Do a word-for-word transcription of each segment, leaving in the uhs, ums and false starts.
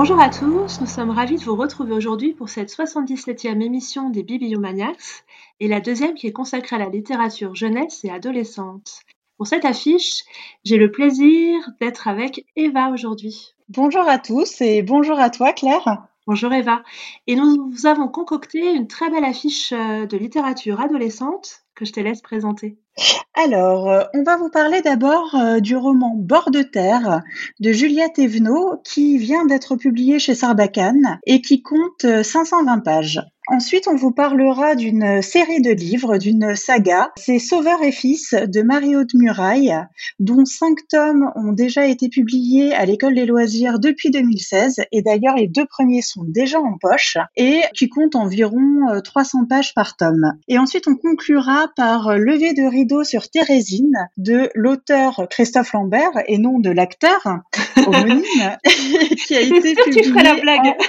Bonjour à tous, nous sommes ravis de vous retrouver aujourd'hui pour cette soixante-dix-septième émission des Bibliomaniacs et la deuxième qui est consacrée à la littérature jeunesse et adolescente. Pour cette affiche, j'ai le plaisir d'être avec Eva aujourd'hui. Bonjour à tous et bonjour à toi Claire. Bonjour Eva. Et nous vous avons concocté une très belle affiche de littérature adolescente que je te laisse présenter. Alors, euh, on va vous parler d'abord euh, du roman Bord de terre de Julia Thévenot qui vient d'être publié chez Sarbacane et qui compte euh, cinq cent vingt pages. Ensuite, on vous parlera d'une série de livres, d'une saga. C'est Sauveur et Fils de Marie-Aude Muraille, dont cinq tomes ont déjà été publiés à l'École des loisirs depuis deux mille seize. Et d'ailleurs, les deux premiers sont déjà en poche et qui comptent environ trois cents pages par tome. Et ensuite, on conclura par Lever de rideau sur Thérésine de l'auteur Christophe Lambert et non de l'acteur homonyme qui a été publié. Tu ferais la blague. En...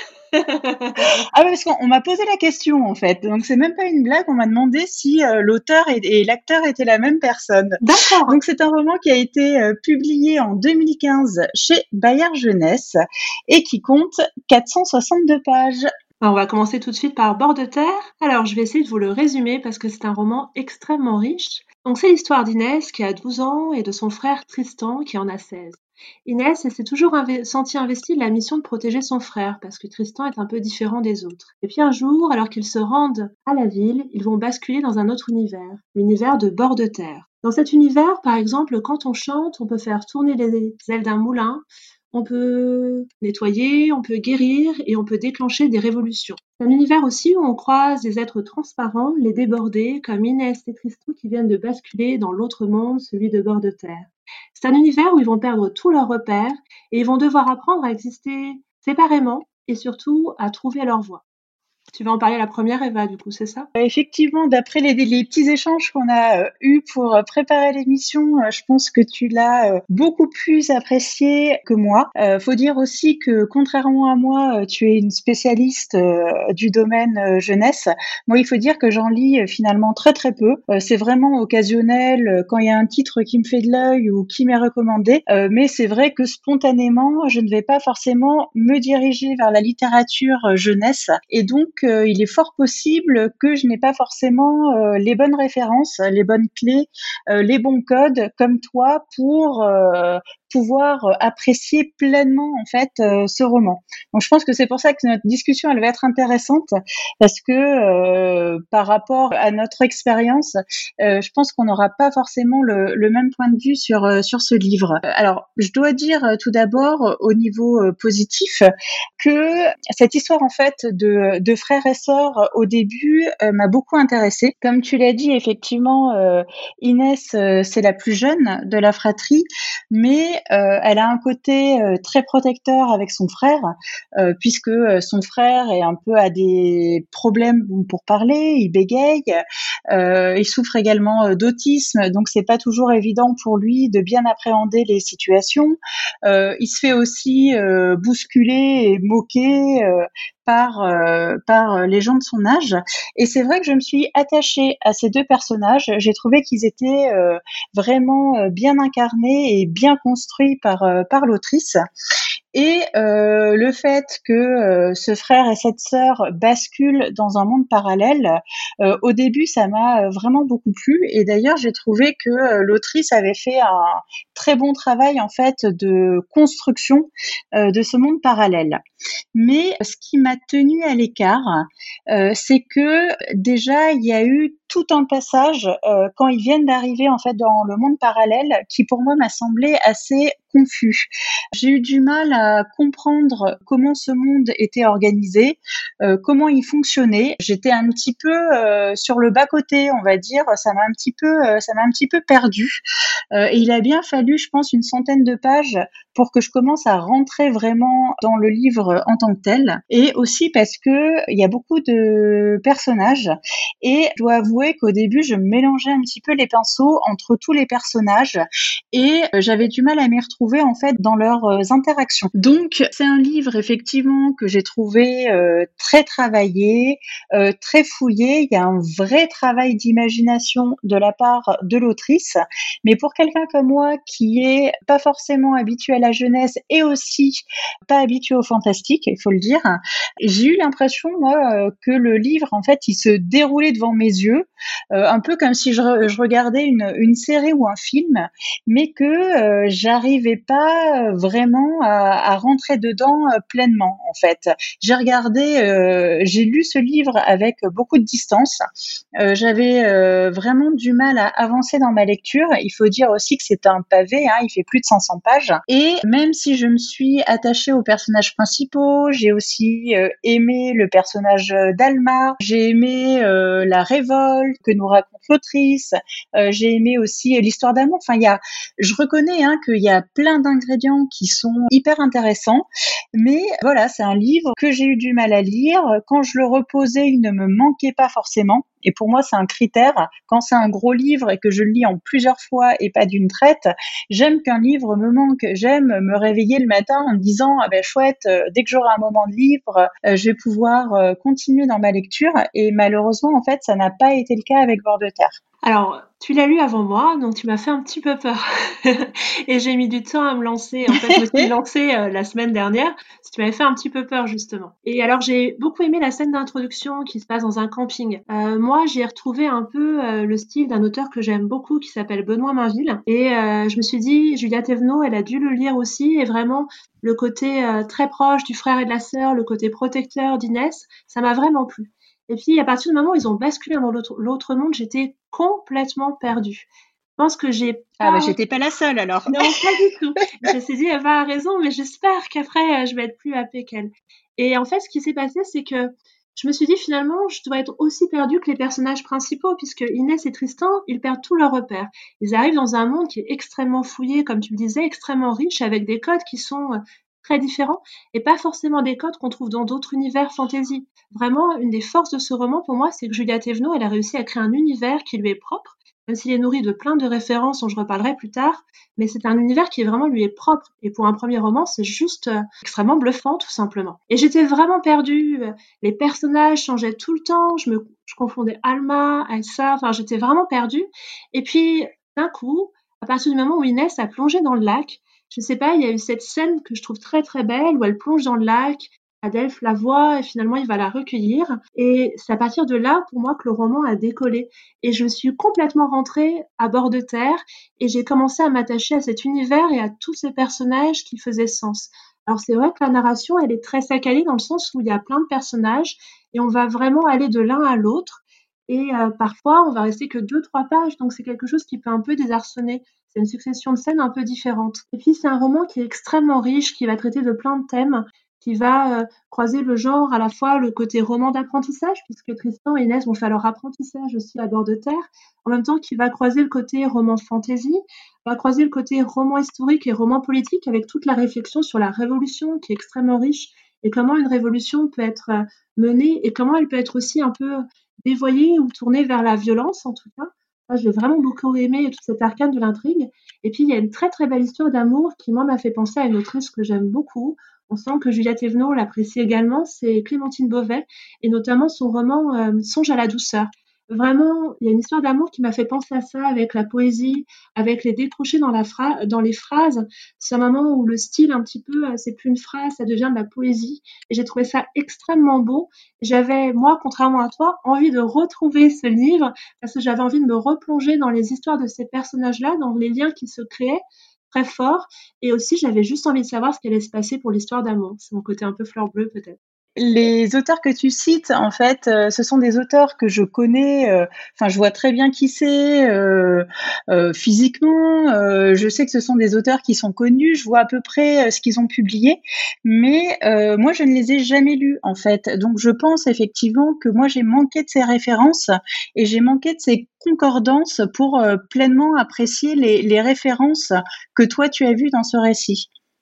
Ah, parce qu'on m'a posé la question en fait, donc c'est même pas une blague, on m'a demandé si euh, l'auteur et, et l'acteur étaient la même personne. D'accord. Donc c'est un roman qui a été euh, publié en deux mille quinze chez Bayard Jeunesse et qui compte quatre cent soixante-deux pages. On va commencer tout de suite par Bord de terre. Alors je vais essayer de vous le résumer parce que c'est un roman extrêmement riche. Donc c'est l'histoire d'Inès qui a douze ans et de son frère Tristan qui en a seize. Inès s'est toujours inv- sentie investie de la mission de protéger son frère parce que Tristan est un peu différent des autres. Et puis un jour, alors qu'ils se rendent à la ville, ils vont basculer dans un autre univers, l'univers de Bord de terre. Dans cet univers, par exemple, quand on chante, on peut faire tourner les ailes d'un moulin, on peut nettoyer, on peut guérir et on peut déclencher des révolutions. C'est un univers aussi où on croise des êtres transparents, les débordés, comme Inès et Tristan qui viennent de basculer dans l'autre monde, celui de Bord de terre. C'est un univers où ils vont perdre tous leurs repères et ils vont devoir apprendre à exister séparément et surtout à trouver leur voie. Tu vas en parler la première, Eva, du coup, c'est ça? Effectivement, d'après les, les petits échanges qu'on a euh, eus pour euh, préparer l'émission, euh, je pense que tu l'as euh, beaucoup plus apprécié que moi. Euh, faut dire aussi que, contrairement à moi, euh, tu es une spécialiste euh, du domaine euh, jeunesse. Moi, il faut dire que j'en lis euh, finalement très très peu. Euh, c'est vraiment occasionnel euh, quand il y a un titre qui me fait de l'œil ou qui m'est recommandé. Euh, mais c'est vrai que spontanément, je ne vais pas forcément me diriger vers la littérature euh, jeunesse. Et donc, euh, il est fort possible que je n'ai pas forcément euh, les bonnes références, les bonnes clés, euh, les bons codes comme toi pour euh, pouvoir euh, apprécier pleinement en fait euh, ce roman. Donc je pense que c'est pour ça que notre discussion elle va être intéressante parce que euh, par rapport à notre expérience, euh, je pense qu'on n'aura pas forcément le, le même point de vue sur euh, sur ce livre. Alors je dois dire euh, tout d'abord euh, au niveau euh, positif que cette histoire en fait de, de frères et sœurs euh, au début euh, m'a beaucoup intéressée. Comme tu l'as dit, effectivement, euh, Inès euh, c'est la plus jeune de la fratrie, mais euh, elle a un côté euh, très protecteur avec son frère, euh, puisque euh, son frère est un peu à des problèmes pour parler, il bégaye, euh, il souffre également euh, d'autisme, donc c'est pas toujours évident pour lui de bien appréhender les situations. Euh, il se fait aussi euh, bousculer et moquer euh, par euh, par les gens de son âge. Et c'est vrai que je me suis attachée à ces deux personnages. J'ai trouvé qu'ils étaient euh, vraiment euh, bien incarnés et bien construits par euh, par l'autrice. Et euh, le fait que euh, ce frère et cette sœur basculent dans un monde parallèle, euh, au début, ça m'a vraiment beaucoup plu. Et d'ailleurs, j'ai trouvé que euh, l'autrice avait fait un très bon travail en fait de construction euh, de ce monde parallèle. Mais ce qui m'a tenue à l'écart, euh, c'est que déjà il y a eu tout un passage euh, quand ils viennent d'arriver en fait dans le monde parallèle qui pour moi m'a semblé assez confus. J'ai eu du mal à comprendre comment ce monde était organisé, euh, comment il fonctionnait. J'étais un petit peu euh, sur le bas-côté, on va dire. Ça m'a un petit peu, euh, ça m'a un petit peu perdue. Euh, et il a bien fallu, je pense, une centaine de pages pour que je commence à rentrer vraiment dans le livre en tant que tel. Et aussi parce que il y a beaucoup de personnages et je dois avouer avouer qu'au début, je mélangeais un petit peu les pinceaux entre tous les personnages et euh, j'avais du mal à m'y retrouver en fait dans leurs euh, interactions. Donc, c'est un livre effectivement que j'ai trouvé euh, très travaillé, euh, très fouillé. Il y a un vrai travail d'imagination de la part de l'autrice, mais pour quelqu'un comme moi qui est pas forcément habitué à la jeunesse et aussi pas habitué au fantastique, il faut le dire, j'ai eu l'impression moi euh, que le livre en fait il se déroulait devant mes yeux, euh, un peu comme si je, re- je regardais une, une série ou un film, mais que euh, j'arrivais pas vraiment à, à rentrer dedans euh, pleinement en fait. J'ai regardé, euh, j'ai lu ce livre avec beaucoup de distance. Euh, j'avais euh, vraiment du mal à avancer dans ma lecture. Il faut dire aussi que c'est un pavé, hein, il fait plus de cinq cents pages. Et même si je me suis attachée aux personnages principaux, j'ai aussi euh, aimé le personnage d'Alma, j'ai aimé euh, la révolte que nous raconte l'autrice, euh, j'ai aimé aussi l'histoire d'amour. Enfin, il y a, je reconnais hein, qu'il y a plein d'ingrédients qui sont hyper intéressants, mais voilà, c'est un livre que j'ai eu du mal à lire. Quand je le reposais, il ne me manquait pas forcément. Et pour moi, c'est un critère. Quand c'est un gros livre et que je le lis en plusieurs fois et pas d'une traite, j'aime qu'un livre me manque. J'aime me réveiller le matin en me disant ah ben chouette, euh, dès que j'aurai un moment de livre, euh, je vais pouvoir euh, continuer dans ma lecture. Et malheureusement, en fait, ça n'a pas été le cas avec Bord de terre. Alors, tu l'as lu avant moi, donc tu m'as fait un petit peu peur. Et j'ai mis du temps à me lancer. En fait, je me suis lancée euh, la semaine dernière, parce que tu m'avais fait un petit peu peur, justement. Et alors, j'ai beaucoup aimé la scène d'introduction qui se passe dans un camping. Euh, moi, j'ai retrouvé un peu euh, le style d'un auteur que j'aime beaucoup, qui s'appelle Benoît Mainville. Et euh, je me suis dit, Julia Thévenot, elle a dû le lire aussi. Et vraiment, le côté euh, très proche du frère et de la sœur, le côté protecteur d'Inès, ça m'a vraiment plu. Et puis, à partir du moment où ils ont basculé dans l'autre l'autre monde, j'étais complètement perdue. Je pense que j'ai Ah bah pas... j'étais pas la seule alors. Non, pas du tout. Je me suis dit, elle va à raison, mais j'espère qu'après, euh, je vais être plus happée qu'elle. Et en fait, ce qui s'est passé, c'est que je me suis dit, finalement, je dois être aussi perdue que les personnages principaux, puisque Inès et Tristan, ils perdent tous leurs repères. Ils arrivent dans un monde qui est extrêmement fouillé, comme tu le disais, extrêmement riche, avec des codes qui sont euh, très différents, et pas forcément des codes qu'on trouve dans d'autres univers fantasy. Vraiment, une des forces de ce roman, pour moi, c'est que Julia Thévenot, elle a réussi à créer un univers qui lui est propre, même s'il est nourri de plein de références dont je reparlerai plus tard, mais c'est un univers qui vraiment lui est propre. Et pour un premier roman, c'est juste euh, extrêmement bluffant, tout simplement. Et j'étais vraiment perdue. Les personnages changeaient tout le temps. Je me, je confondais Alma, Elsa. Enfin, j'étais vraiment perdue. Et puis, d'un coup, à partir du moment où Inès a plongé dans le lac, je sais pas, il y a eu cette scène que je trouve très très belle où elle plonge dans le lac. Adelph la voit et finalement il va la recueillir. Et c'est à partir de là, pour moi, que le roman a décollé. Et je me suis complètement rentrée à bord de terre et j'ai commencé à m'attacher à cet univers et à tous ces personnages qui faisaient sens. Alors c'est vrai que la narration, elle est très saccadée dans le sens où il y a plein de personnages et on va vraiment aller de l'un à l'autre. Et euh, parfois, on va rester que deux, trois pages, donc c'est quelque chose qui peut un peu désarçonner. C'est une succession de scènes un peu différentes. Et puis c'est un roman qui est extrêmement riche, qui va traiter de plein de thèmes, qui va euh, croiser le genre, à la fois le côté roman d'apprentissage, puisque Tristan et Inès vont faire leur apprentissage aussi à bord de terre, en même temps qu'il va croiser le côté roman fantasy, va croiser le côté roman historique et roman politique avec toute la réflexion sur la révolution qui est extrêmement riche et comment une révolution peut être euh, menée et comment elle peut être aussi un peu dévoyée ou tournée vers la violence en tout cas. Moi, j'ai vraiment beaucoup aimé toute cette arcane de l'intrigue. Et puis, il y a une très très belle histoire d'amour qui, moi, m'a fait penser à une autrice que j'aime beaucoup. On sent que Julia Thévenot l'apprécie également, c'est Clémentine Beauvais, et notamment son roman euh, Songe à la douceur. Vraiment, il y a une histoire d'amour qui m'a fait penser à ça, avec la poésie, avec les décrochés dans, la phra- dans les phrases. C'est un moment où le style, un petit peu, euh, c'est plus une phrase, ça devient de la poésie. Et j'ai trouvé ça extrêmement beau. J'avais, moi, contrairement à toi, envie de retrouver ce livre, parce que j'avais envie de me replonger dans les histoires de ces personnages-là, dans les liens qui se créaient très forts. Et aussi, j'avais juste envie de savoir ce qui allait se passer pour l'histoire d'amour. C'est mon côté un peu fleur bleue, peut-être. Les auteurs que tu cites, en fait, euh, ce sont des auteurs que je connais. euh, Enfin, je vois très bien qui c'est euh, euh, physiquement. euh, je sais que ce sont des auteurs qui sont connus. Je vois à peu près euh, ce qu'ils ont publié, mais euh, moi, je ne les ai jamais lus, en fait. Donc, je pense effectivement que moi, j'ai manqué de ces références et j'ai manqué de ces concordances pour euh, pleinement apprécier les, les références que toi, tu as vues dans ce récit.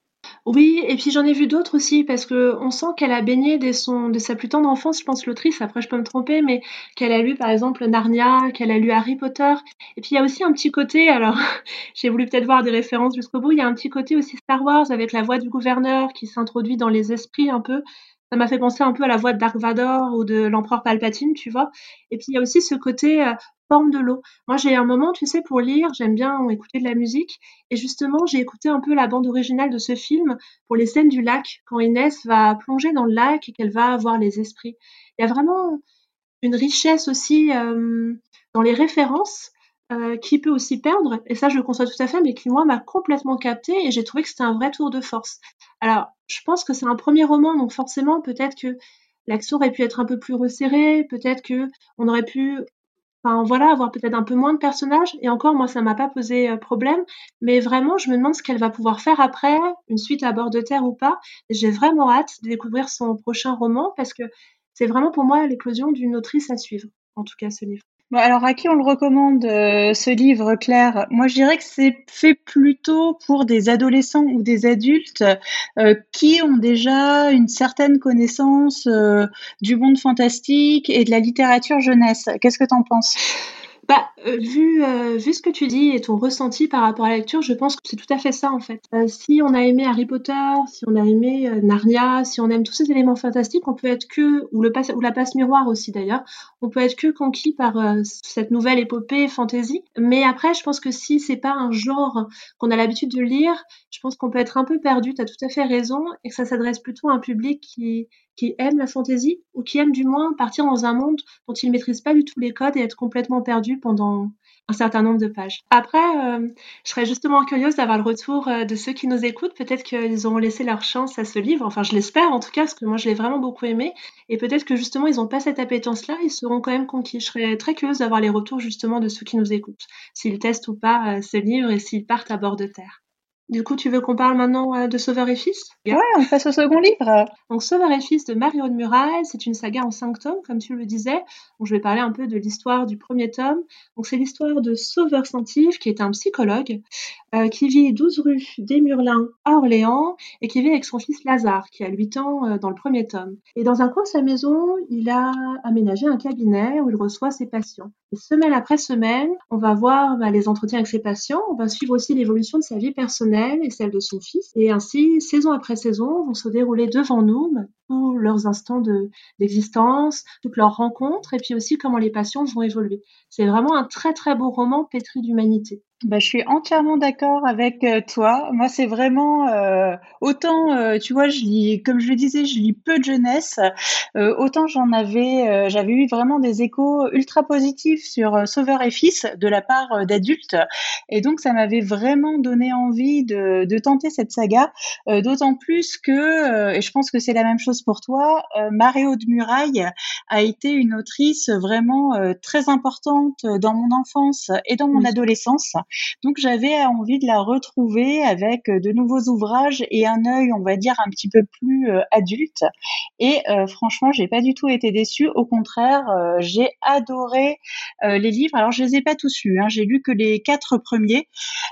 Oui, et puis j'en ai vu d'autres aussi parce que on sent qu'elle a baigné dès son de sa plus tendre enfance, je pense, l'autrice, après je peux me tromper, mais qu'elle a lu par exemple Narnia, qu'elle a lu Harry Potter. Et puis il y a aussi un petit côté, alors j'ai voulu peut-être voir des références jusqu'au bout, il y a un petit côté aussi Star Wars avec la voix du gouverneur qui s'introduit dans les esprits un peu. Ça m'a fait penser un peu à la voix de Dark Vador ou de l'empereur Palpatine, tu vois. Et puis il y a aussi ce côté euh, forme de l'eau. Moi j'ai un moment, tu sais, pour lire, j'aime bien écouter de la musique. Et justement, j'ai écouté un peu la bande originale de ce film pour les scènes du lac, quand Inès va plonger dans le lac et qu'elle va voir les esprits. Il y a vraiment une richesse aussi euh, dans les références euh, qui peut aussi perdre, et ça je le conçois tout à fait, mais qui moi m'a complètement capté et j'ai trouvé que c'était un vrai tour de force. Alors, je pense que c'est un premier roman, donc forcément peut-être que l'action aurait pu être un peu plus resserrée, peut-être que on aurait pu Enfin voilà, avoir peut-être un peu moins de personnages et encore moi ça m'a pas posé, heu, problème, mais vraiment je me demande ce qu'elle va pouvoir faire après, une suite à Bord de terre ou pas. J'ai vraiment hâte de découvrir son prochain roman parce que c'est vraiment pour moi l'éclosion d'une autrice à suivre, en tout cas ce livre. Bon, alors à qui on le recommande, euh, ce livre, Claire? Moi, je dirais que c'est fait plutôt pour des adolescents ou des adultes euh, qui ont déjà une certaine connaissance euh, du monde fantastique et de la littérature jeunesse. Qu'est-ce que t'en penses? Bah, heu, vu, heu, vu ce que tu dis et ton ressenti par rapport à la lecture, je pense que c'est tout à fait ça, en fait. Heu, si on a aimé Harry Potter, si on a aimé, heu, Narnia, si on aime tous ces éléments fantastiques, on peut être que ou le passe ou la passe miroir aussi d'ailleurs, on peut être que conquis par, heu, cette nouvelle épopée fantasy. Mais après, je pense que si c'est pas un genre qu'on a l'habitude de lire, je pense qu'on peut être un peu perdu, tu as tout à fait raison, et que ça s'adresse plutôt à un public qui qui aime la fantasy ou qui aime du moins partir dans un monde dont ils ne maîtrisent pas du tout les codes et être complètement perdus pendant un certain nombre de pages. Après, euh, je serais justement curieuse d'avoir le retour euh, de ceux qui nous écoutent. Peut-être qu'ils auront laissé leur chance à ce livre. Enfin, je l'espère en tout cas, parce que moi, je l'ai vraiment beaucoup aimé. Et peut-être que justement, ils n'ont pas cette appétence-là. Ils seront quand même conquis. Je serais très curieuse d'avoir les retours justement de ceux qui nous écoutent. S'ils testent ou pas euh, ce livre et s'ils partent à bord de terre. Du coup, tu veux qu'on parle maintenant euh, de Sauveur et Fils? Ouais, on passe au second livre. Donc, Sauveur et Fils de Marie-Aude Murail, c'est une saga en cinq tomes, comme tu le disais. Donc, je vais parler un peu de l'histoire du premier tome. Donc, c'est l'histoire de Sauveur Saintive, qui est un psychologue, euh, qui vit douze rue des Murlins à Orléans et qui vit avec son fils Lazare, qui a huit ans euh, dans le premier tome. Et dans un coin de sa maison, il a aménagé un cabinet où il reçoit ses patients. Et semaine après semaine, on va voir bah, les entretiens avec ses patients, on va suivre aussi l'évolution de sa vie personnelle et celle de son fils. Et ainsi, saison après saison, vont se dérouler devant nous bah, tous leurs instants de, d'existence, toutes leurs rencontres, et puis aussi comment les patients vont évoluer. C'est vraiment un très très beau roman pétri d'humanité. Bah, je suis entièrement d'accord avec euh, toi. Moi, c'est vraiment euh, autant, euh, tu vois, je lis, comme je le disais, je lis peu de jeunesse. Euh, autant j'en avais, euh, j'avais eu vraiment des échos ultra positifs sur euh, Sauveur et Fils de la part euh, d'adultes, et donc ça m'avait vraiment donné envie de, de tenter cette saga. Euh, d'autant plus que, euh, et je pense que c'est la même chose pour toi, euh, Marie-Aude Murail a été une autrice vraiment euh, très importante dans mon enfance et dans mon Oui. adolescence. Donc j'avais envie de la retrouver avec euh, de nouveaux ouvrages et un œil, on va dire, un petit peu plus euh, adulte. Et euh, franchement, j'ai pas du tout été déçue. Au contraire, euh, j'ai adoré euh, les livres. Alors je les ai pas tous lus, hein. J'ai lu que les quatre premiers,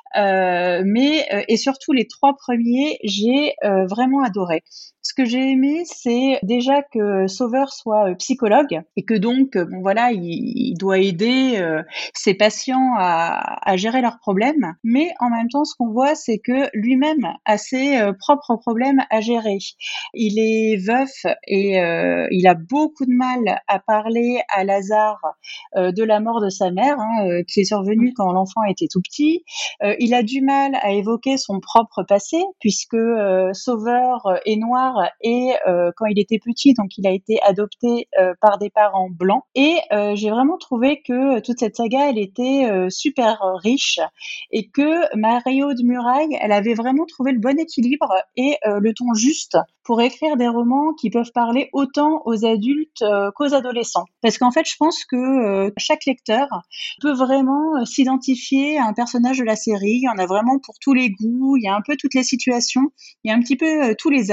euh, mais euh, et surtout les trois premiers, j'ai euh, vraiment adoré. Ce que j'ai aimé, c'est déjà que Sauveur soit euh, psychologue et que donc, euh, bon voilà, il, il doit aider euh, ses patients à, à gérer leurs problèmes. Mais en même temps, ce qu'on voit, c'est que lui-même a ses euh, propres problèmes à gérer. Il est veuf et euh, il a beaucoup de mal à parler à Lazare euh, de la mort de sa mère, hein, euh, qui est survenue quand l'enfant était tout petit. Euh, il a du mal à évoquer son propre passé, puisque euh, Sauveur est noir et euh, quand il était petit, donc il a été adopté euh, par des parents blancs. Et euh, j'ai vraiment trouvé que toute cette saga, elle était euh, super riche et que Marie-Aude Murail, elle avait vraiment trouvé le bon équilibre et euh, le ton juste pour écrire des romans qui peuvent parler autant aux adultes euh, qu'aux adolescents. Parce qu'en fait, je pense que euh, chaque lecteur peut vraiment euh, s'identifier à un personnage de la série. Il y en a vraiment pour tous les goûts, il y a un peu toutes les situations, il y a un petit peu euh, tous les âges.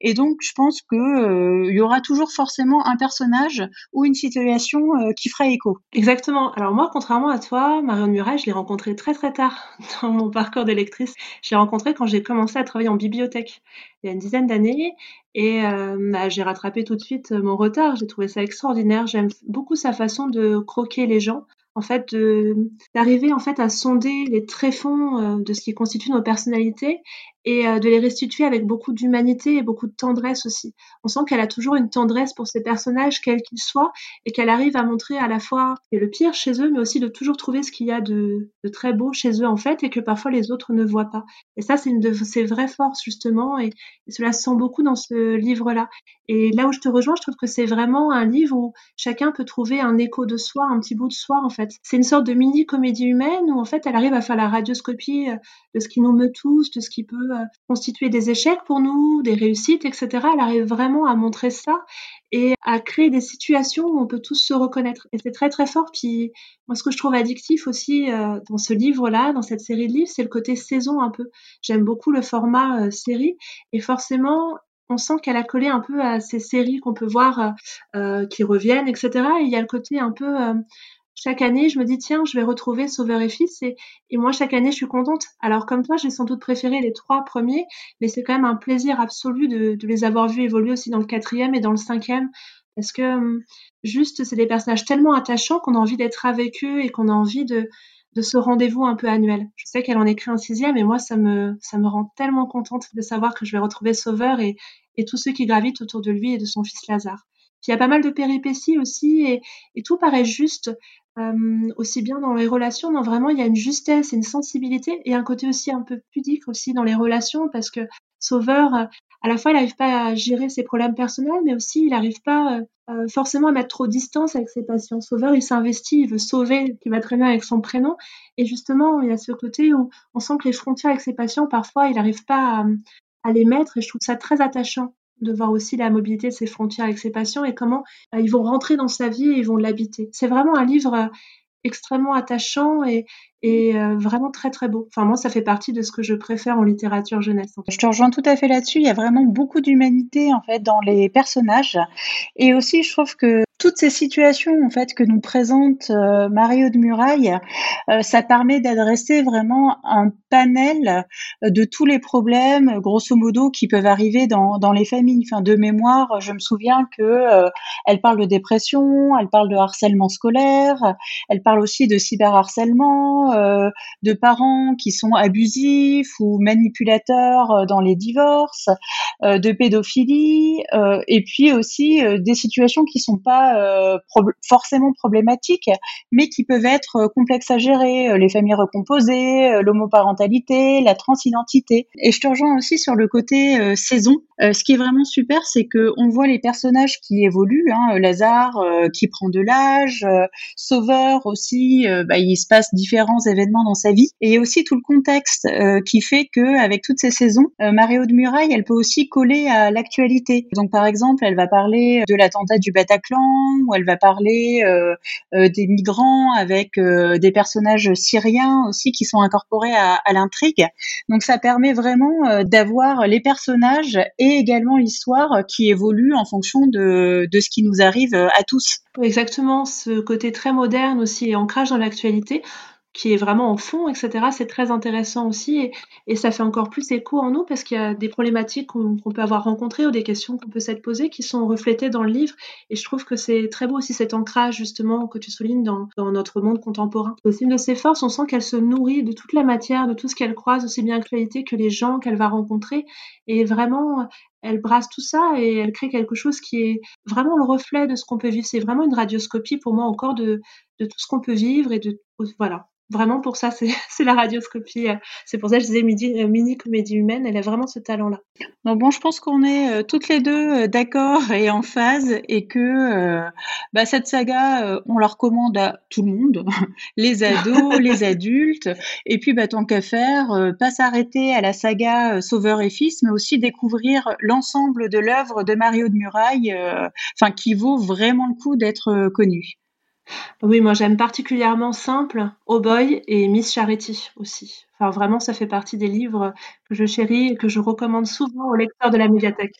Et donc, je pense que euh, il y aura toujours forcément un personnage ou une situation euh, qui fera écho. Exactement. Alors moi, contrairement à toi, Marion de Muraille, je l'ai rencontrée très très tard dans mon parcours de lectrice. Je l'ai rencontrée quand j'ai commencé à travailler en bibliothèque, il y a une dizaine d'années, et euh, bah, j'ai rattrapé tout de suite euh, mon retard. J'ai trouvé ça extraordinaire. J'aime beaucoup sa façon de croquer les gens. En fait, de- d'arriver en fait à sonder les tréfonds euh, de ce qui constitue nos personnalités et euh, de les restituer avec beaucoup d'humanité et beaucoup de tendresse aussi. On sent qu'elle a toujours une tendresse pour ses personnages, quels qu'ils soient, et qu'elle arrive à montrer à la fois ce qui est le pire chez eux, mais aussi de toujours trouver ce qu'il y a de, de très beau chez eux en fait, et que parfois les autres ne voient pas. Et ça, c'est une de ses vraies forces justement, et, et cela se sent beaucoup dans ce livre-là. Et là où je te rejoins, je trouve que c'est vraiment un livre où chacun peut trouver un écho de soi, un petit bout de soi en fait. C'est une sorte de mini comédie humaine où en fait elle arrive à faire la radioscopie euh, de ce qui nous meut tous, de ce qui peut euh, constituer des échecs pour nous, des réussites, et cetera. Elle arrive vraiment à montrer ça et à créer des situations où on peut tous se reconnaître. Et c'est très très fort. Puis moi, ce que je trouve addictif aussi euh, dans ce livre-là, dans cette série de livres, c'est le côté saison un peu. J'aime beaucoup le format euh, série et forcément, on sent qu'elle a collé un peu à ces séries qu'on peut voir euh, euh, qui reviennent, et cetera. Et il y a le côté un peu euh, chaque année, je me dis tiens, je vais retrouver Sauveur et Fils et, et moi chaque année je suis contente. Alors comme toi, j'ai sans doute préféré les trois premiers, mais c'est quand même un plaisir absolu de, de les avoir vus évoluer aussi dans le quatrième et dans le cinquième, parce que hum, juste c'est des personnages tellement attachants qu'on a envie d'être avec eux et qu'on a envie de de ce rendez-vous un peu annuel. Je sais qu'elle en écrit un sixième et moi ça me ça me rend tellement contente de savoir que je vais retrouver Sauveur et et tous ceux qui gravitent autour de lui et de son fils Lazare. Puis il y a pas mal de péripéties aussi et, et tout paraît juste. Euh, aussi bien dans les relations, non, vraiment, il y a une justesse et une sensibilité et un côté aussi un peu pudique aussi dans les relations parce que Sauveur, euh, à la fois, il n'arrive pas à gérer ses problèmes personnels, mais aussi il n'arrive pas euh, euh, forcément à mettre trop de distance avec ses patients. Sauveur, il s'investit, il veut sauver, qui va très bien avec son prénom. Et justement, il y a ce côté où on sent que les frontières avec ses patients, parfois, il n'arrive pas à, à les mettre et je trouve ça très attachant de voir aussi la mobilité de ses frontières avec ses patients et comment euh, ils vont rentrer dans sa vie et ils vont l'habiter. C'est vraiment un livre euh, extrêmement attachant et, et euh, vraiment très très beau. Enfin moi ça fait partie de ce que je préfère en littérature jeunesse. En Je te rejoins tout à fait là-dessus. Il y a vraiment beaucoup d'humanité en fait dans les personnages, et aussi je trouve que toutes ces situations en fait que nous présente euh, Mario de Muraille, euh, ça permet d'adresser vraiment un panel de tous les problèmes, grosso modo, qui peuvent arriver dans, dans les familles. Enfin, de mémoire, je me souviens que euh, elle parle de dépression, elle parle de harcèlement scolaire, elle parle aussi de cyberharcèlement, euh, de parents qui sont abusifs ou manipulateurs euh, dans les divorces, euh, de pédophilie, euh, et puis aussi euh, des situations qui sont pas euh, pro- forcément problématiques, mais qui peuvent être euh, complexes à gérer, euh, les familles recomposées, euh, l'homoparentalité, la transidentité. Et je te rejoins aussi sur le côté euh, saison. Euh, ce qui est vraiment super, c'est que on voit les personnages qui évoluent, hein, Lazare euh, qui prend de l'âge, euh, Sauveur aussi, euh, bah, il se passe différents événements dans sa vie, et il y a aussi tout le contexte euh, qui fait que avec toutes ces saisons, euh, Mario de Muraille, elle peut aussi coller à l'actualité. Donc par exemple, elle va parler de l'attentat du Bataclan, ou elle va parler euh, euh, des migrants avec euh, des personnages syriens aussi qui sont incorporés à, à l'intrigue. Donc ça permet vraiment euh, d'avoir les personnages et également l'histoire qui évolue en fonction de, de ce qui nous arrive à tous. Exactement, ce côté très moderne aussi et ancrage dans l'actualité, qui est vraiment en fond, et cetera, c'est très intéressant aussi et, et ça fait encore plus écho en nous parce qu'il y a des problématiques qu'on qu'on peut avoir rencontrées ou des questions qu'on peut s'être posées qui sont reflétées dans le livre et je trouve que c'est très beau aussi cet ancrage justement que tu soulignes dans, dans notre monde contemporain. C'est aussi une de ses forces, on sent qu'elle se nourrit de toute la matière, de tout ce qu'elle croise, aussi bien l'actualité que les gens qu'elle va rencontrer et vraiment elle brasse tout ça et elle crée quelque chose qui est vraiment le reflet de ce qu'on peut vivre. C'est vraiment une radioscopie pour moi encore de, de tout ce qu'on peut vivre et de voilà. Vraiment pour ça, c'est c'est la radioscopie. euh, C'est pour ça que je disais midi, euh, mini comédie humaine. Elle a vraiment ce talent-là. Donc bon, je pense qu'on est euh, toutes les deux euh, d'accord et en phase, et que euh, bah, cette saga, euh, on la recommande à tout le monde, les ados, les adultes, et puis bah, tant qu'à faire, euh, pas s'arrêter à la saga euh, Sauveur et Fils, mais aussi découvrir l'ensemble de l'œuvre de Mario de Muraille, euh, enfin qui vaut vraiment le coup d'être euh, connue. Oui, moi j'aime particulièrement Simple, Oh Boy et Miss Charity aussi. Enfin vraiment, ça fait partie des livres que je chéris et que je recommande souvent aux lecteurs de la médiathèque.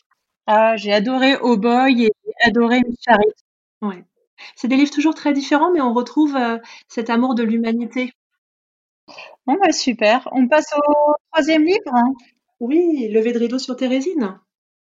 Ah, j'ai adoré Oh Boy et adoré Miss Charity. Ouais. C'est des livres toujours très différents, mais on retrouve euh, cet amour de l'humanité. Bon, bah, super. On passe au troisième livre. Oui, Levé de rideau sur Térésine.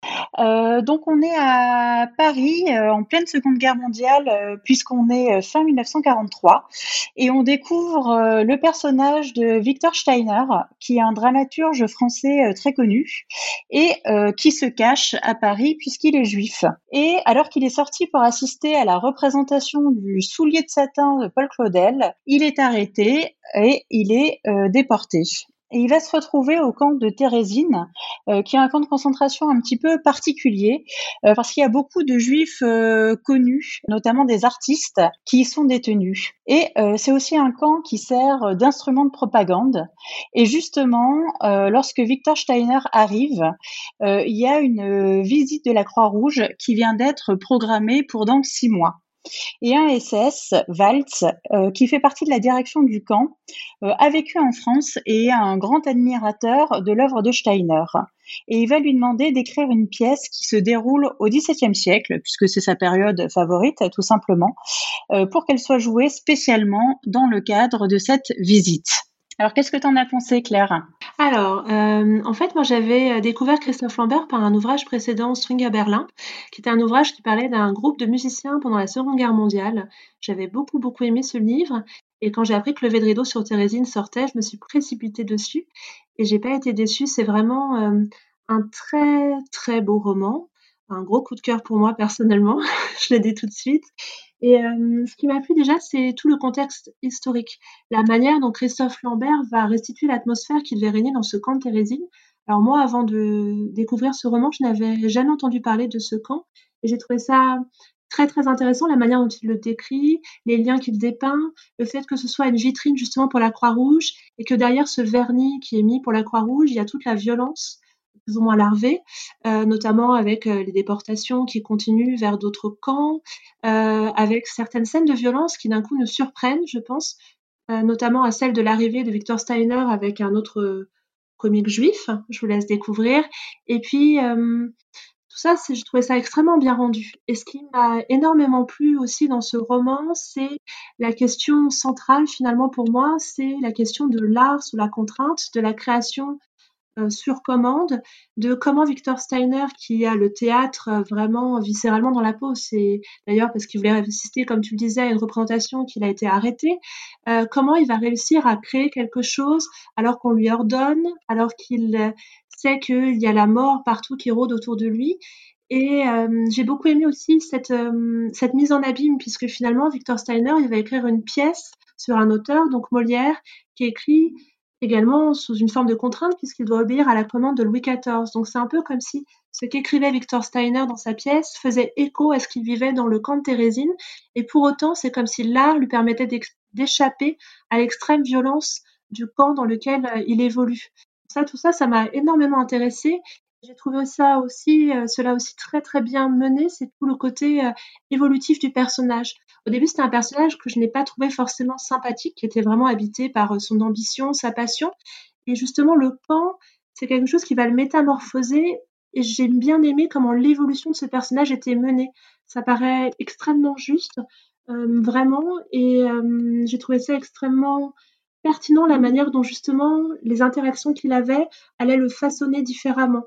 Euh, donc on est à Paris euh, en pleine Seconde Guerre mondiale euh, puisqu'on est euh, fin mille neuf cent quarante-trois et on découvre euh, le personnage de Victor Steiner qui est un dramaturge français euh, très connu et euh, qui se cache à Paris puisqu'il est juif. Et alors qu'il est sorti pour assister à la représentation du Soulier de satin de Paul Claudel, il est arrêté et il est euh, déporté. Et il va se retrouver au camp de Térésine, euh, qui est un camp de concentration un petit peu particulier, euh, parce qu'il y a beaucoup de juifs euh, connus, notamment des artistes, qui y sont détenus. Et euh, c'est aussi un camp qui sert d'instrument de propagande. Et justement, euh, lorsque Victor Steiner arrive, euh, il y a une visite de la Croix-Rouge qui vient d'être programmée pour dans six mois. Et un S S, Waltz, euh, qui fait partie de la direction du camp, euh, a vécu en France et est un grand admirateur de l'œuvre de Steiner. Et il va lui demander d'écrire une pièce qui se déroule au dix-septième siècle, puisque c'est sa période favorite, tout simplement, euh, pour qu'elle soit jouée spécialement dans le cadre de cette visite. Alors, qu'est-ce que tu en as pensé, Claire? Alors, euh, en fait, moi j'avais euh, découvert Christophe Lambert par un ouvrage précédent, Swing à Berlin, qui était un ouvrage qui parlait d'un groupe de musiciens pendant la Seconde Guerre mondiale. J'avais beaucoup, beaucoup aimé ce livre. Et quand j'ai appris que Levé de rideau sur Térésine sortait, je me suis précipitée dessus. Et j'ai pas été déçue. C'est vraiment euh, un très, très beau roman. Un gros coup de cœur pour moi personnellement. Je l'ai dit tout de suite. Et euh, ce qui m'a plu déjà, c'est tout le contexte historique, la manière dont Christophe Lambert va restituer l'atmosphère qui devait régner dans ce camp de Térésine. Alors moi, avant de découvrir ce roman, je n'avais jamais entendu parler de ce camp, et j'ai trouvé ça très très intéressant, la manière dont il le décrit, les liens qu'il dépeint, le fait que ce soit une vitrine justement pour la Croix-Rouge, et que derrière ce vernis qui est mis pour la Croix-Rouge, il y a toute la violence plus ou moins larvée, euh, notamment avec euh, les déportations qui continuent vers d'autres camps, euh, avec certaines scènes de violence qui d'un coup nous surprennent, je pense, euh, notamment à celle de l'arrivée de Victor Steiner avec un autre euh, comique juif. Je vous laisse découvrir. Et puis, euh, tout ça, c'est, je trouvais ça extrêmement bien rendu. Et ce qui m'a énormément plu aussi dans ce roman, c'est la question centrale finalement pour moi, c'est la question de l'art sous la contrainte, de la création euh, sur commande, de comment Victor Steiner, qui a le théâtre euh, vraiment viscéralement dans la peau, c'est d'ailleurs parce qu'il voulait assister, comme tu le disais, à une représentation qu'il a été arrêté, euh, comment il va réussir à créer quelque chose alors qu'on lui ordonne, alors qu'il euh, sait qu'il y a la mort partout qui rôde autour de lui. Et euh, j'ai beaucoup aimé aussi cette, euh, cette mise en abîme, puisque finalement, Victor Steiner, il va écrire une pièce sur un auteur, donc Molière, qui écrit également sous une forme de contrainte puisqu'il doit obéir à la commande de Louis quatorze. Donc c'est un peu comme si ce qu'écrivait Victor Steiner dans sa pièce faisait écho à ce qu'il vivait dans le camp de Térésine, et pour autant c'est comme si l'art lui permettait d'échapper à l'extrême violence du camp dans lequel euh, il évolue. Ça, tout ça, ça m'a énormément intéressée. J'ai trouvé ça aussi, euh, cela aussi très très bien mené, c'est tout le côté euh, évolutif du personnage. Au début, c'était un personnage que je n'ai pas trouvé forcément sympathique, qui était vraiment habité par euh, son ambition, sa passion. Et justement, le camp, c'est quelque chose qui va le métamorphoser. Et j'ai bien aimé comment l'évolution de ce personnage était menée. Ça paraît extrêmement juste, euh, vraiment. Et euh, j'ai trouvé ça extrêmement pertinent, la manière dont justement les interactions qu'il avait allaient le façonner différemment.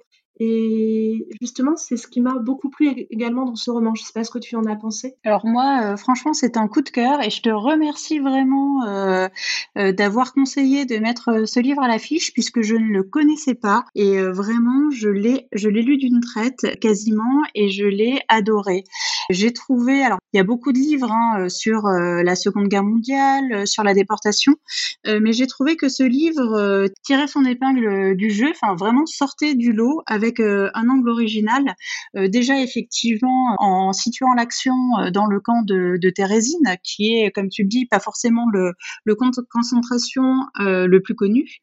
Et justement, c'est ce qui m'a beaucoup plu également dans ce roman. Je ne sais pas ce que tu en as pensé. Alors moi, euh, franchement, c'est un coup de cœur et je te remercie vraiment euh, euh, d'avoir conseillé de mettre euh, ce livre à l'affiche puisque je ne le connaissais pas et euh, vraiment, je l'ai, je l'ai lu d'une traite quasiment et je l'ai adoré. J'ai trouvé, alors il y a beaucoup de livres hein, euh, sur euh, la Seconde Guerre mondiale, euh, sur la déportation, euh, mais j'ai trouvé que ce livre euh, tirait son épingle euh, du jeu, enfin vraiment sortait du lot avec euh, un angle original. Euh, déjà effectivement en situant l'action euh, dans le camp de, de Térésine, qui est, comme tu le dis, pas forcément le, le camp de concentration euh, le plus connu.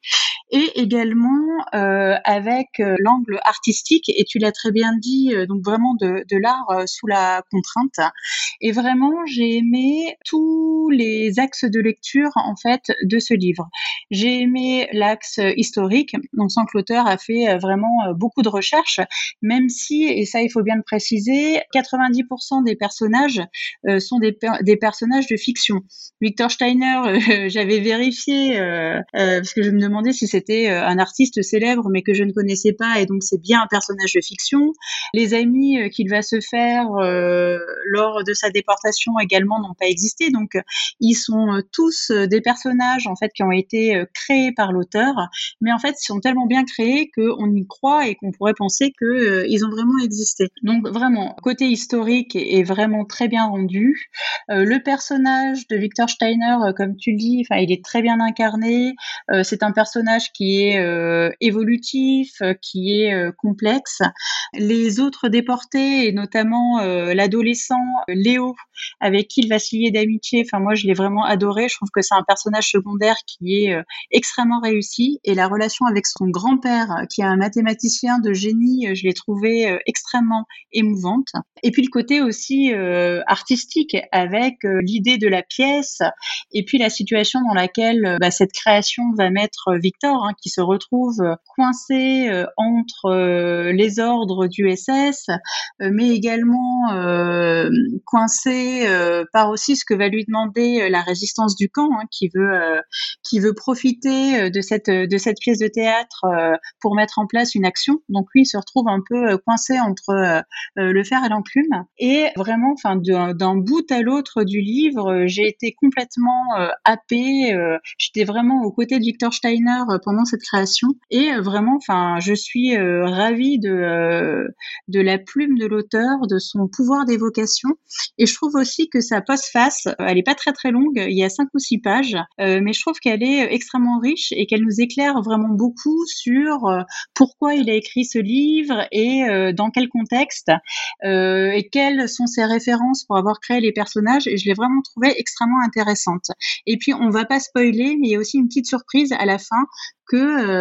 et également euh, avec euh, l'angle artistique, et tu l'as très bien dit, euh, donc vraiment de, de l'art euh, sous la contrainte. Et vraiment, j'ai aimé tous les axes de lecture en fait de ce livre. J'ai aimé l'axe historique. On sent que l'auteur a fait vraiment beaucoup de recherches, même si, et ça il faut bien le préciser, quatre-vingt-dix pour cent des personnages euh, sont des, per- des personnages de fiction. Victor Steiner, euh, j'avais vérifié euh, euh, parce que je me demandais si c'était euh, un artiste célèbre mais que je ne connaissais pas, et donc c'est bien un personnage de fiction. Les amis euh, qu'il va se faire euh, lors de sa déportation également n'ont pas existé, donc euh, ils sont euh, tous euh, des personnages en fait qui ont été euh, créés par l'auteur, mais en fait ils sont tellement bien créés qu'on y croit et qu'on pourrait penser que euh, ils ont vraiment existé. Donc vraiment, côté historique est, est vraiment très bien rendu. Euh, le personnage de Victor Steiner, euh, comme tu le dis, enfin il est très bien incarné. Euh, c'est un personnage qui est euh, évolutif, euh, qui est euh, complexe. Les autres déportés, et notamment euh, l'adolescent Léo, avec qui il va se lier d'amitié, enfin moi je l'ai vraiment adoré. Je trouve que c'est un personnage secondaire qui est euh, extrêmement réussi, et la relation avec son grand-père, euh, qui est un mathématicien de génie, euh, je l'ai trouvé euh, extrêmement émouvante. Et puis le côté aussi euh, artistique, avec euh, l'idée de la pièce, et puis la situation dans laquelle euh, bah, cette création va mettre Victor, hein, qui se retrouve euh, coincé euh, entre euh, les ordres du S S, euh, mais également euh, coincé euh, par aussi ce que va lui demander euh, la résistance du camp, hein, qui veut euh, qui veut profiter euh, de cette de cette pièce de théâtre euh, pour mettre en place une action. Donc lui, il se retrouve un peu euh, coincé entre euh, euh, le fer et l'enclume. Et vraiment, enfin, d'un, d'un bout à l'autre du livre, euh, j'ai été complètement euh, happée. Euh, j'étais vraiment aux côtés de Victor Steiner euh, pendant cette création, et euh, vraiment, enfin, je suis euh, ravie de euh, de la plume de l'auteur, de son pouvoir d'évocation. Et je trouve aussi que sa postface, elle est pas très très longue, il y a cinq ou six pages, euh, mais je trouve qu'elle est extrêmement riche et qu'elle nous éclaire vraiment beaucoup sur euh, pourquoi il a écrit ce livre, et euh, dans quel contexte, euh, et quelles sont ses références pour avoir créé les personnages. Et je l'ai vraiment trouvée extrêmement intéressante. Et puis on va pas spoiler, mais il y a aussi une petite surprise à la fin que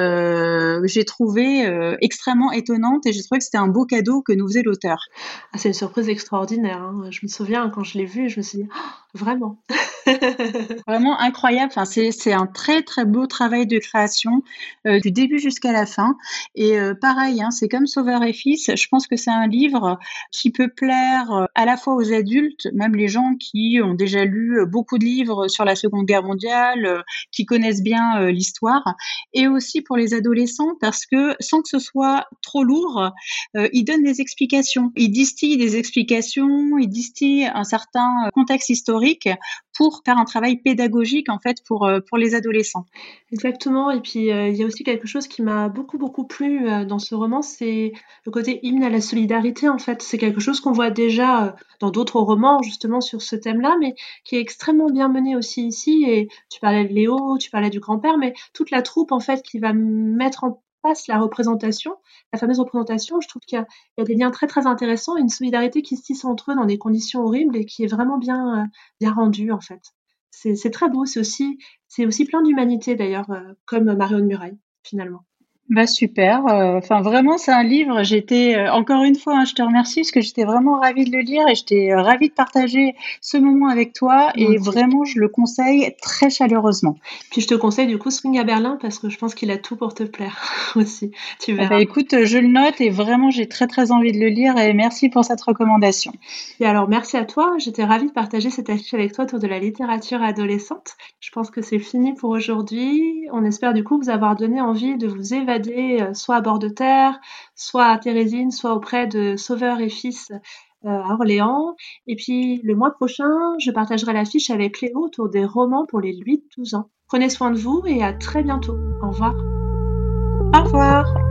euh, j'ai trouvé euh, extrêmement étonnante, et j'ai trouvé que c'était un beau cadeau que nous faisait l'auteur. Ah, c'est une surprise extraordinaire, hein. Je me souviens quand je l'ai vu, je me suis dit: «Ah, vraiment?» Vraiment incroyable. Enfin, c'est c'est un très très beau travail de création euh, du début jusqu'à la fin. Et euh, pareil, hein, c'est comme Sauveur et Fils. Je pense que c'est un livre qui peut plaire euh, à la fois aux adultes, même les gens qui ont déjà lu euh, beaucoup de livres sur la Seconde Guerre mondiale, euh, qui connaissent bien euh, l'histoire, et aussi pour les adolescents, parce que sans que ce soit trop lourd, euh, il donne des explications. Il distille des explications, il distille un certain contexte historique pour faire un travail pédagogique en fait pour euh, pour les adolescents. Exactement, et puis, heu, il y a aussi quelque chose qui m'a beaucoup, beaucoup plu, heu, dans ce roman, c'est le côté hymne à la solidarité, en fait. C'est quelque chose qu'on voit déjà, heu, dans d'autres romans justement sur ce thème-là, mais qui est extrêmement bien mené aussi ici. Et tu parlais de Léo, tu parlais du grand-père, mais toute la troupe en fait qui va mettre en place la représentation, la fameuse représentation, je trouve qu'il y a il y a des liens très, très intéressants, une solidarité qui se tisse entre eux dans des conditions horribles et qui est vraiment bien, heu, bien rendue, en fait. C'est c'est très beau, c'est aussi c'est aussi plein d'humanité d'ailleurs, heu, comme Marion de Muraille, finalement. Bah super, euh, enfin vraiment c'est un livre, j'étais euh, encore une fois, hein, je te remercie parce que j'étais vraiment ravie de le lire, et j'étais euh, ravie de partager ce moment avec toi, Moi et aussi. vraiment je le conseille très chaleureusement. Puis je te conseille du coup Swing à Berlin parce que je pense qu'il a tout pour te plaire aussi, tu Eh ben, verras. écoute, je le note, et vraiment j'ai très très envie de le lire, et merci pour cette recommandation. Et alors merci à toi, j'étais ravie de partager cette affiche avec toi autour de la littérature adolescente. Je pense que c'est fini pour aujourd'hui. On espère du coup vous avoir donné envie de vous évader, heu, soit à bord de terre, soit à Térésine, soit auprès de Sauveur et Fils, heu, à Orléans. Et puis le mois prochain, je partagerai l'affiche avec Léo autour des romans pour les huit douze ans. Prenez soin de vous et à très bientôt. Au revoir. Au revoir.